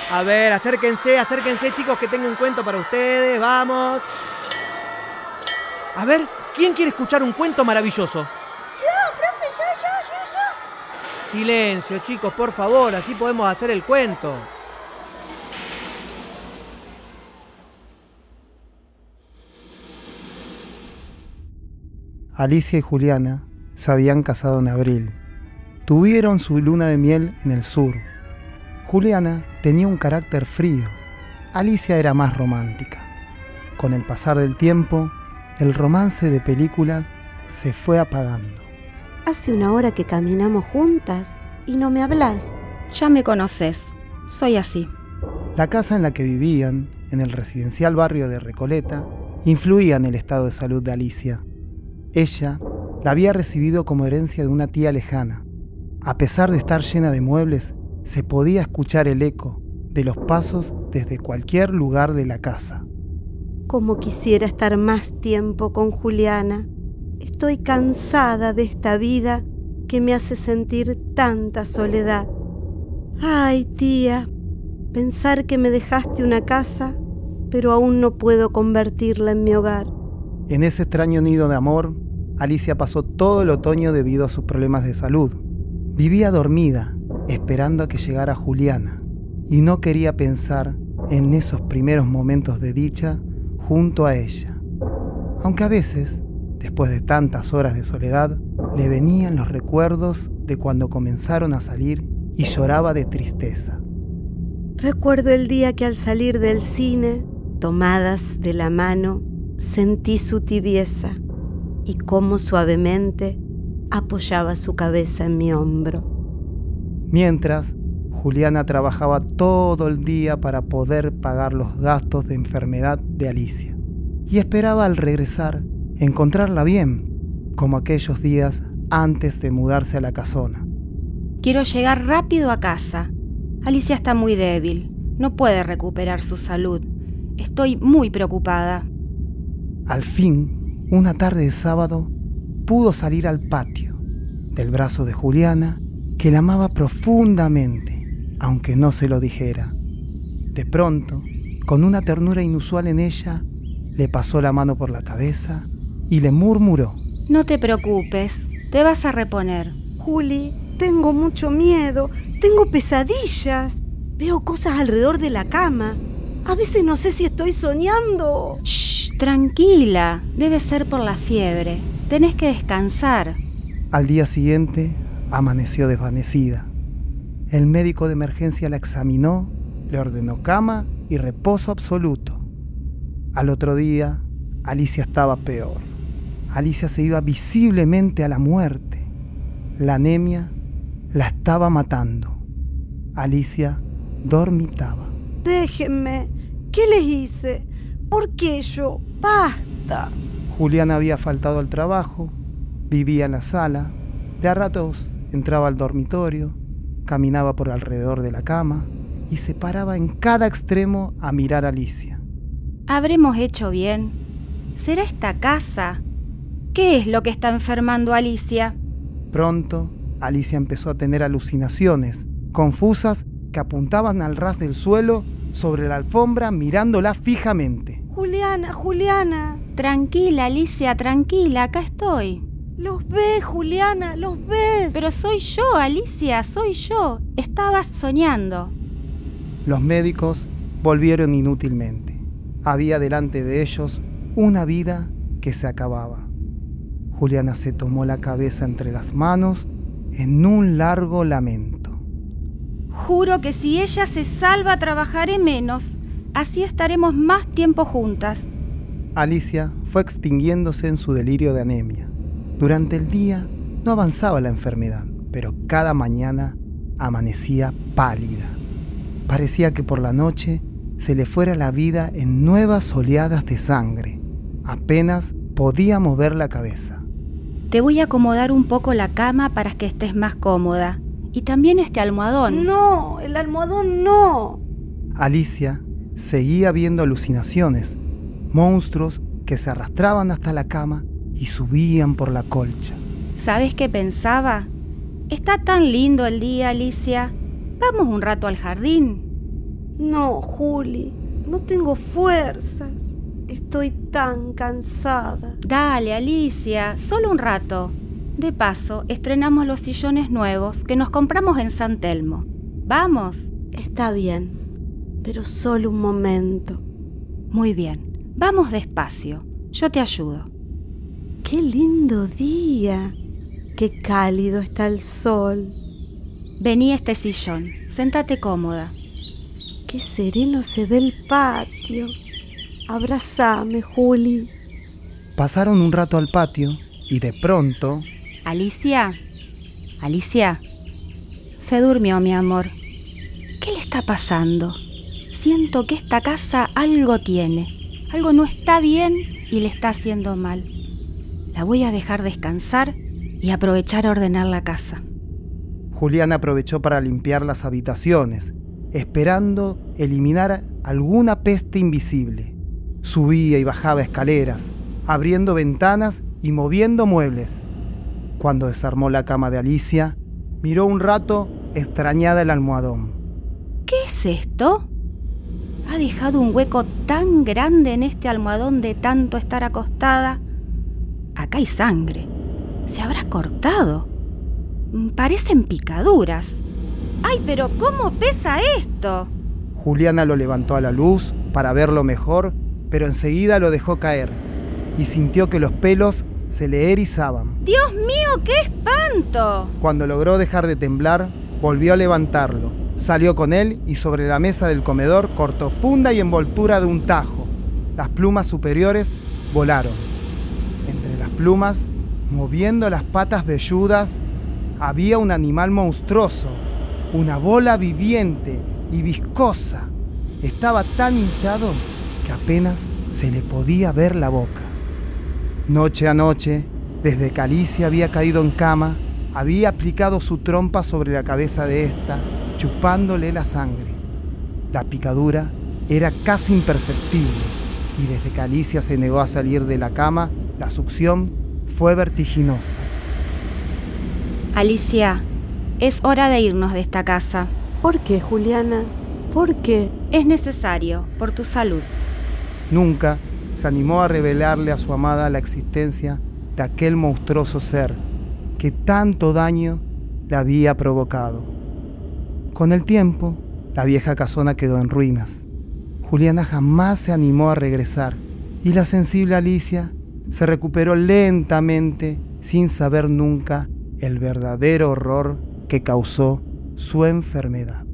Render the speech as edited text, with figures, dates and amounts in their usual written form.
A ver, acérquense, chicos, que tengo un cuento para ustedes, vamos. A ver, ¿quién quiere escuchar un cuento maravilloso? Yo, profe, yo. Silencio, chicos, por favor, así podemos hacer el cuento. Alicia y Juliana se habían casado en abril. Tuvieron su luna de miel en el sur. Juliana tenía un carácter frío. Alicia era más romántica. Con el pasar del tiempo, el romance de película se fue apagando. Hace 1 hora que caminamos juntas y no me hablas. Ya me conoces, soy así. La casa en la que vivían, en el residencial barrio de Recoleta, influía en el estado de salud de Alicia. Ella la había recibido como herencia de una tía lejana. A pesar de estar llena de muebles, se podía escuchar el eco de los pasos desde cualquier lugar de la casa. Como quisiera estar más tiempo con Juliana. Estoy cansada de esta vida que me hace sentir tanta soledad. Ay, tía, pensar que me dejaste una casa, pero aún no puedo convertirla en mi hogar. En ese extraño nido de amor, Alicia pasó todo el otoño debido a sus problemas de salud. Vivía dormida, esperando a que llegara Juliana, y no quería pensar en esos primeros momentos de dicha junto a ella. Aunque a veces, después de tantas horas de soledad, le venían los recuerdos de cuando comenzaron a salir y lloraba de tristeza. Recuerdo el día que al salir del cine, tomadas de la mano, sentí su tibieza y cómo suavemente apoyaba su cabeza en mi hombro. Mientras, Juliana trabajaba todo el día para poder pagar los gastos de enfermedad de Alicia y esperaba al regresar encontrarla bien, como aquellos días antes de mudarse a la casona. Quiero llegar rápido a casa. Alicia está muy débil, no puede recuperar su salud. Estoy muy preocupada. Al fin, una tarde de sábado, pudo salir al patio del brazo de Juliana, que la amaba profundamente, aunque no se lo dijera. De pronto, con una ternura inusual en ella, le pasó la mano por la cabeza y le murmuró: No te preocupes, te vas a reponer. Juli, tengo mucho miedo, tengo pesadillas. Veo cosas alrededor de la cama. A veces no sé si estoy soñando. Shh, tranquila, debe ser por la fiebre. Tenés que descansar. Al día siguiente, amaneció desvanecida. El médico de emergencia la examinó, le ordenó cama y reposo absoluto. Al otro día, Alicia estaba peor. Alicia se iba visiblemente a la muerte. La anemia la estaba matando. Alicia dormitaba. Déjenme. ¿Qué les hice? ¿Por qué yo? ¡Basta! Juliana había faltado al trabajo, vivía en la sala, de a ratos entraba al dormitorio, caminaba por alrededor de la cama y se paraba en cada extremo a mirar a Alicia. ¿Habremos hecho bien? ¿Será esta casa? ¿Qué es lo que está enfermando a Alicia? Pronto, Alicia empezó a tener alucinaciones, confusas, que apuntaban al ras del suelo sobre la alfombra mirándola fijamente. Juliana. Tranquila, Alicia, tranquila, acá estoy. Los ves, Juliana, los ves. Pero soy yo, Alicia, soy yo. Estabas soñando. Los médicos volvieron inútilmente. Había delante de ellos una vida que se acababa. Juliana se tomó la cabeza entre las manos en un largo lamento. Juro que si ella se salva trabajaré menos. Así estaremos más tiempo juntas. Alicia fue extinguiéndose en su delirio de anemia. Durante el día no avanzaba la enfermedad, pero cada mañana amanecía pálida. Parecía que por la noche se le fuera la vida en nuevas oleadas de sangre. Apenas podía mover la cabeza. Te voy a acomodar un poco la cama para que estés más cómoda. Y también este almohadón. No, el almohadón no. Alicia seguía viendo alucinaciones, monstruos que se arrastraban hasta la cama y subían por la colcha. ¿Sabes qué pensaba? Está tan lindo el día, Alicia. Vamos un rato al jardín. No, Juli, no tengo fuerzas. Estoy tan cansada. Dale, Alicia, solo un rato. De paso, estrenamos los sillones nuevos que nos compramos en San Telmo. ¿Vamos? Está bien, pero solo un momento. Muy bien, vamos despacio. Yo te ayudo. ¡Qué lindo día! ¡Qué cálido está el sol! Vení a este sillón, sentate cómoda. ¡Qué sereno se ve el patio! Abrazame, Juli. Pasaron un rato al patio y de pronto... Alicia, se durmió mi amor. ¿Qué le está pasando? Siento que esta casa algo tiene. Algo no está bien y le está haciendo mal. La voy a dejar descansar y aprovechar a ordenar la casa. Juliana aprovechó para limpiar las habitaciones, esperando eliminar alguna peste invisible. Subía y bajaba escaleras, abriendo ventanas y moviendo muebles. Cuando desarmó la cama de Alicia, miró un rato extrañada el almohadón. ¿Qué es esto? ¿Ha dejado un hueco tan grande en este almohadón de tanto estar acostada? Acá hay sangre. ¿Se habrá cortado? Parecen picaduras. ¡Ay, pero cómo pesa esto! Juliana lo levantó a la luz para verlo mejor, pero enseguida lo dejó caer y sintió que los pelos se le erizaban. ¡Dios mío, qué espanto! Cuando logró dejar de temblar, volvió a levantarlo. Salió con él y sobre la mesa del comedor cortó funda y envoltura de un tajo. Las plumas superiores volaron. Entre las plumas, moviendo las patas velludas, había un animal monstruoso, una bola viviente y viscosa. Estaba tan hinchado que apenas se le podía ver la boca. Noche a noche, desde que Alicia había caído en cama, había aplicado su trompa sobre la cabeza de ésta, chupándole la sangre. La picadura era casi imperceptible y desde que Alicia se negó a salir de la cama, la succión fue vertiginosa. Alicia, es hora de irnos de esta casa. ¿Por qué, Juliana? ¿Por qué? Es necesario, por tu salud. Nunca se animó a revelarle a su amada la existencia de aquel monstruoso ser que tanto daño le había provocado. Con el tiempo, la vieja casona quedó en ruinas. Juliana jamás se animó a regresar y la sensible Alicia se recuperó lentamente sin saber nunca el verdadero horror que causó su enfermedad.